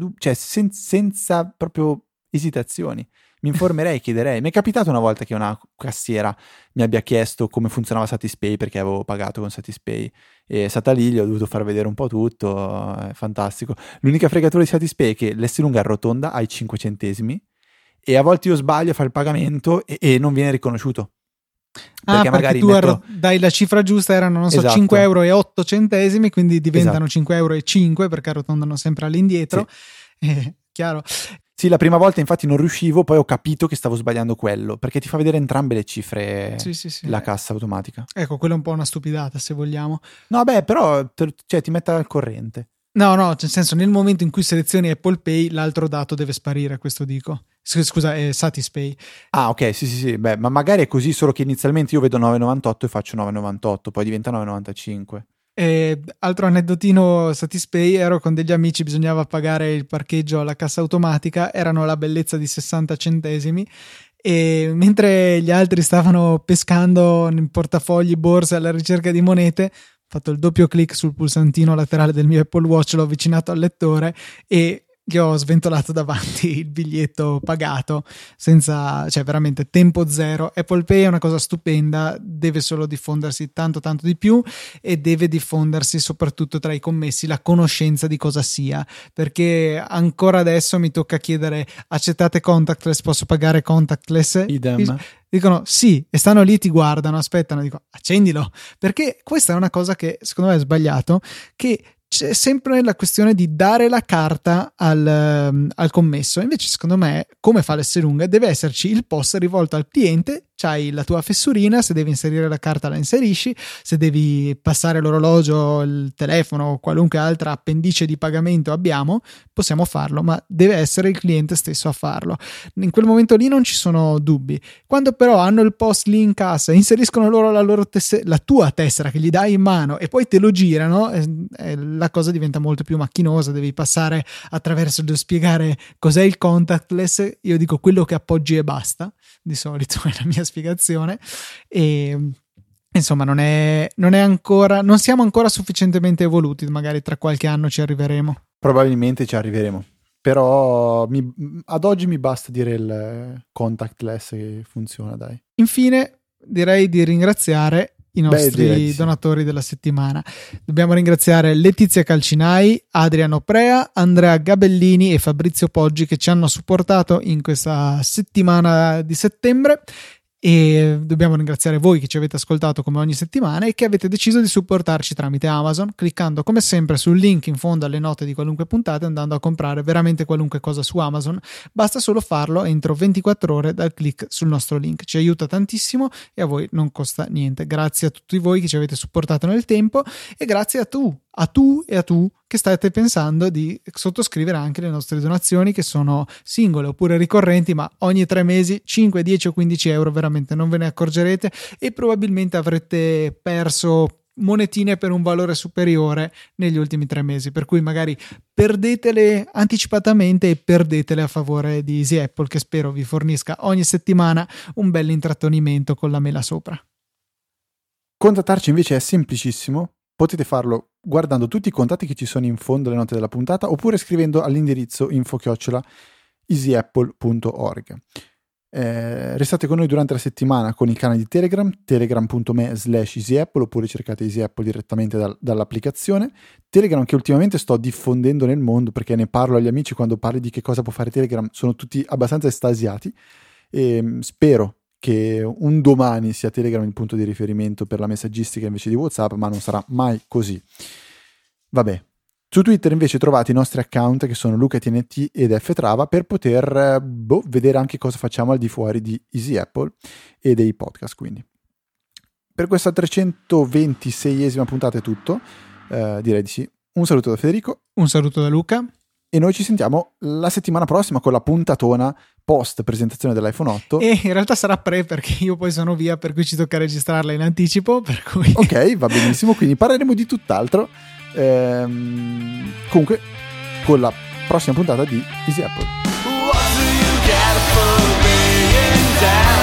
senza proprio esitazioni. Mi informerei, chiederei. Mi è capitato una volta che una cassiera mi abbia chiesto come funzionava Satispay, perché avevo pagato con Satispay, e è stata lì, gli ho dovuto far vedere un po' tutto. È fantastico. L'unica fregatura di Satispay è che l'Esselunga arrotonda ai 5 centesimi e a volte io sbaglio a fare il pagamento e non viene riconosciuto. Perché magari tu dai la cifra giusta, erano esatto. 5 euro e 8 centesimi, quindi diventano 5 euro e 5 perché arrotondano sempre all'indietro. Sì. Chiaro. Sì, la prima volta infatti non riuscivo, poi ho capito che stavo sbagliando quello, perché ti fa vedere entrambe le cifre, sì. La cassa automatica. Ecco, quella è un po' una stupidata, se vogliamo. No, beh, però ti mette al corrente. No, nel senso, nel momento in cui selezioni Apple Pay, l'altro dato deve sparire, questo dico. Scusa, è Satispay. Ah, ok, sì. Beh, ma magari è così, solo che inizialmente io vedo 9,98 e faccio 9,98, poi diventa 9,95. Altro aneddotino Satispay, ero con degli amici, bisognava pagare il parcheggio alla cassa automatica, erano la bellezza di 60 centesimi. E mentre gli altri stavano pescando in portafogli, borse alla ricerca di monete, ho fatto il doppio clic sul pulsantino laterale del mio Apple Watch, l'ho avvicinato al lettore e gli ho sventolato davanti il biglietto pagato senza, cioè veramente tempo zero. Apple Pay è una cosa stupenda, deve solo diffondersi tanto di più e deve diffondersi soprattutto tra i commessi la conoscenza di cosa sia, perché ancora adesso mi tocca chiedere: accettate contactless, posso pagare contactless? Idem. Dicono sì e stanno lì, ti guardano, aspettano, dico accendilo, perché questa è una cosa che secondo me è sbagliato, che c'è sempre la questione di dare la carta al commesso. Invece secondo me, come fa l'Esselunga, deve esserci il POS rivolto al cliente, c'hai la tua fessurina, se devi inserire la carta la inserisci, se devi passare l'orologio, il telefono o qualunque altra appendice di pagamento abbiamo, possiamo farlo, ma deve essere il cliente stesso a farlo. In quel momento lì non ci sono dubbi. Quando però hanno il POS lì in cassa, inseriscono loro la tua tessera che gli dai in mano e poi te lo girano, la cosa diventa molto più macchinosa, devi passare attraverso, devo spiegare cos'è il contactless, io dico quello che appoggi e basta, di solito è la mia spiegazione, e insomma non siamo ancora sufficientemente evoluti, magari tra qualche anno ci arriveremo. Probabilmente ci arriveremo, però ad oggi mi basta dire il contactless che funziona, dai. Infine direi di ringraziare i nostri donatori della settimana. Dobbiamo ringraziare Letizia Calcinai, Adriano Prea, Andrea Gabellini e Fabrizio Poggi che ci hanno supportato in questa settimana di settembre, e dobbiamo ringraziare voi che ci avete ascoltato come ogni settimana e che avete deciso di supportarci tramite Amazon, cliccando come sempre sul link in fondo alle note di qualunque puntata e andando a comprare veramente qualunque cosa su Amazon. Basta solo farlo entro 24 ore dal click sul nostro link, ci aiuta tantissimo e a voi non costa niente. Grazie a tutti voi che ci avete supportato nel tempo e grazie a tu che state pensando di sottoscrivere anche le nostre donazioni, che sono singole oppure ricorrenti, ma ogni 3 mesi 5, 10 o 15 euro, veramente non ve ne accorgerete e probabilmente avrete perso monetine per un valore superiore negli ultimi 3 mesi, per cui magari perdetele anticipatamente e perdetele a favore di Easy Apple, che spero vi fornisca ogni settimana un bel intrattenimento con la mela sopra. Contattarci invece è semplicissimo. Potete farlo guardando tutti i contatti che ci sono in fondo alle note della puntata oppure scrivendo all'indirizzo info@easyapple.org. Restate con noi durante la settimana con il canale di Telegram, telegram.me/easyapple, oppure cercate Easy Apple direttamente dall'applicazione. Telegram che ultimamente sto diffondendo nel mondo perché ne parlo agli amici, quando parli di che cosa può fare Telegram sono tutti abbastanza estasiati e spero che un domani sia Telegram il punto di riferimento per la messaggistica invece di WhatsApp, ma non sarà mai così. Vabbè, su Twitter invece trovate i nostri account che sono LucaTNT ed Ftrava per poter vedere anche cosa facciamo al di fuori di Easy Apple e dei podcast. Quindi per questa 326esima puntata è tutto, direi di sì. Un saluto da Federico, un saluto da Luca e noi ci sentiamo la settimana prossima con la puntatona post presentazione dell'iPhone 8. E in realtà sarà perché io poi sono via, per cui ci tocca registrarla in anticipo, per cui... Ok, va benissimo, quindi parleremo di tutt'altro. Comunque con la prossima puntata di Easy Apple.